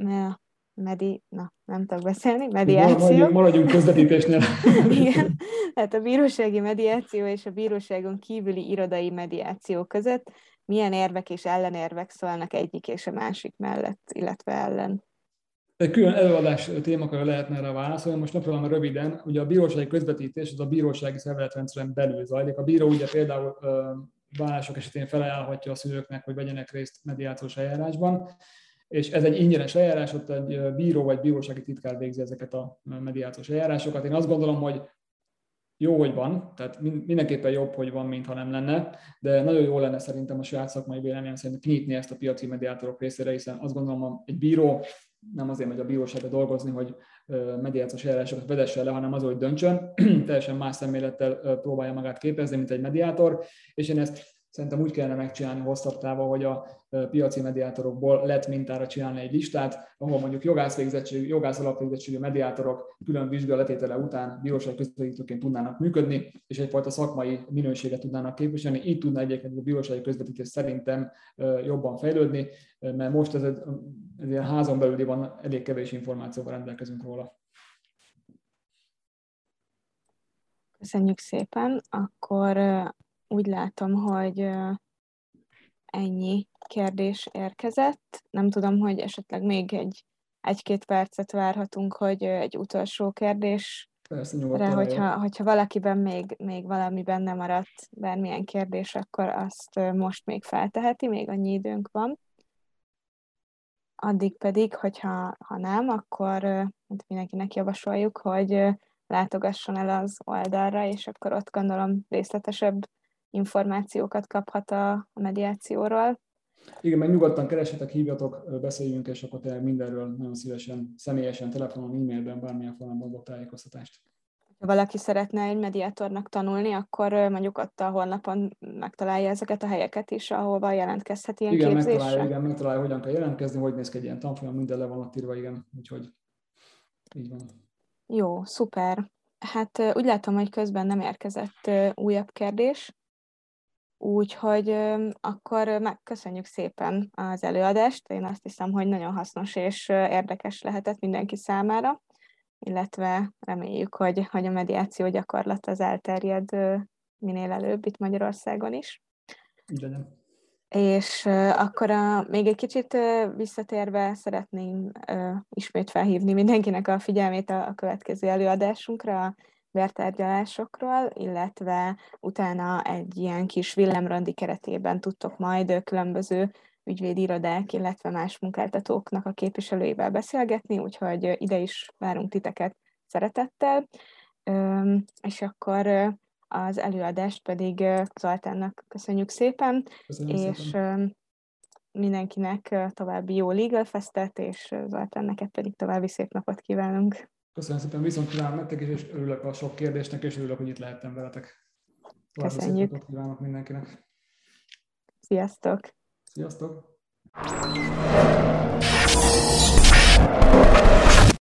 mediáció? Maradjunk közvetítésnél. Igen, tehát a bírósági mediáció és a bíróságon kívüli irodai mediáció között milyen érvek és ellenérvek szólnak egyik és a másik mellett, illetve ellen? Egy külön előadás témakörre lehetne erre válaszolni, most megpróbálom röviden. Ugye a bírósági közvetítés az a bírósági szervezetrendszeren belül zajlik. A bíró ugye például vállások esetén felajánlhatja a szülőknek, hogy vegyenek részt mediációs eljárásban, és ez egy ingyenes eljárás, ott egy bíró vagy bírósági titkár végzi ezeket a mediációs eljárásokat. Én azt gondolom, hogy jó, hogy van, tehát mindenképpen jobb, hogy van, mintha nem lenne, de nagyon jó lenne szerintem a saját szakmai véleményem szerint kinyitni ezt a piaci mediátorok részére, hiszen azt gondolom, egy bíró nem azért megy a bíróságra dolgozni, hogy mediációs eljárásokat vedessen le, hanem az, hogy döntsön, teljesen más szemlélettel próbálja magát képezni, mint egy mediátor, és én ezt szerintem úgy kellene megcsinálni hosszabb távon, hogy a piaci mediátorokból lett mintára csinálni egy listát, ahol mondjuk jogász alapvégzettségű mediátorok külön vizsgálatétele után bíróság közvetítőként tudnának működni, és egyfajta szakmai minőséget tudnának képviselni. Így tudna egyébként a bírósági közvetítés szerintem jobban fejlődni, mert most ez ilyen házon belüli van, elég kevés információval rendelkezünk róla. Köszönjük szépen. Akkor úgy látom, hogy ennyi kérdés érkezett. Nem tudom, hogy esetleg még egy 1-2 percet várhatunk, hogy egy utolsó kérdés. Persze, nyugodtan. Hogyha valakiben még valami benne maradt, bármilyen kérdés, akkor azt most még felteheti, még annyi időnk van. Addig pedig, hogyha nem, akkor mindenkinek javasoljuk, hogy látogasson el az oldalra, és akkor ott gondolom részletesebb információkat kaphat a mediációról. Igen, meg nyugodtan keressetek, hívjatok, beszéljünk, és akkor tényleg mindenről nagyon szívesen, személyesen, telefonon, e-mailben, bármilyen formában adok tájékoztatást. Ha valaki szeretne egy mediátornak tanulni, akkor mondjuk ott a honlapon megtalálja ezeket a helyeket is, ahova jelentkezhet ilyen képzésre? Igen, megtalálja, hogyan kell jelentkezni, hogy néz ki egy ilyen tanfolyam, minden le van ott írva, igen, úgyhogy így van. Jó, szuper. Hát úgy látom, hogy közben nem érkezett újabb kérdés, úgyhogy akkor megköszönjük szépen az előadást. Én azt hiszem, hogy nagyon hasznos és érdekes lehetett mindenki számára, illetve reméljük, hogy a mediáció gyakorlat az elterjed minél előbb itt Magyarországon is. Így legyen. És akkor még egy kicsit visszatérve szeretném ismét felhívni mindenkinek a figyelmét a következő előadásunkra, a vértárgyalásokról, illetve utána egy ilyen kis villámrandi keretében tudtok majd különböző ügyvédi irodák, illetve más munkáltatóknak a képviselőivel beszélgetni, úgyhogy ide is várunk titeket szeretettel, és akkor az előadást pedig Zoltánnak köszönjük szépen, mindenkinek további jó Legal Festet, és Zoltán, neked pedig további szép napot kívánunk. Köszönöm szépen, viszont kívánom nektek is, és örülök a sok kérdésnek, és örülök, hogy itt lehettem veletek. További Köszönjük. Szép napot kívánok mindenkinek. Sziasztok! Sziasztok!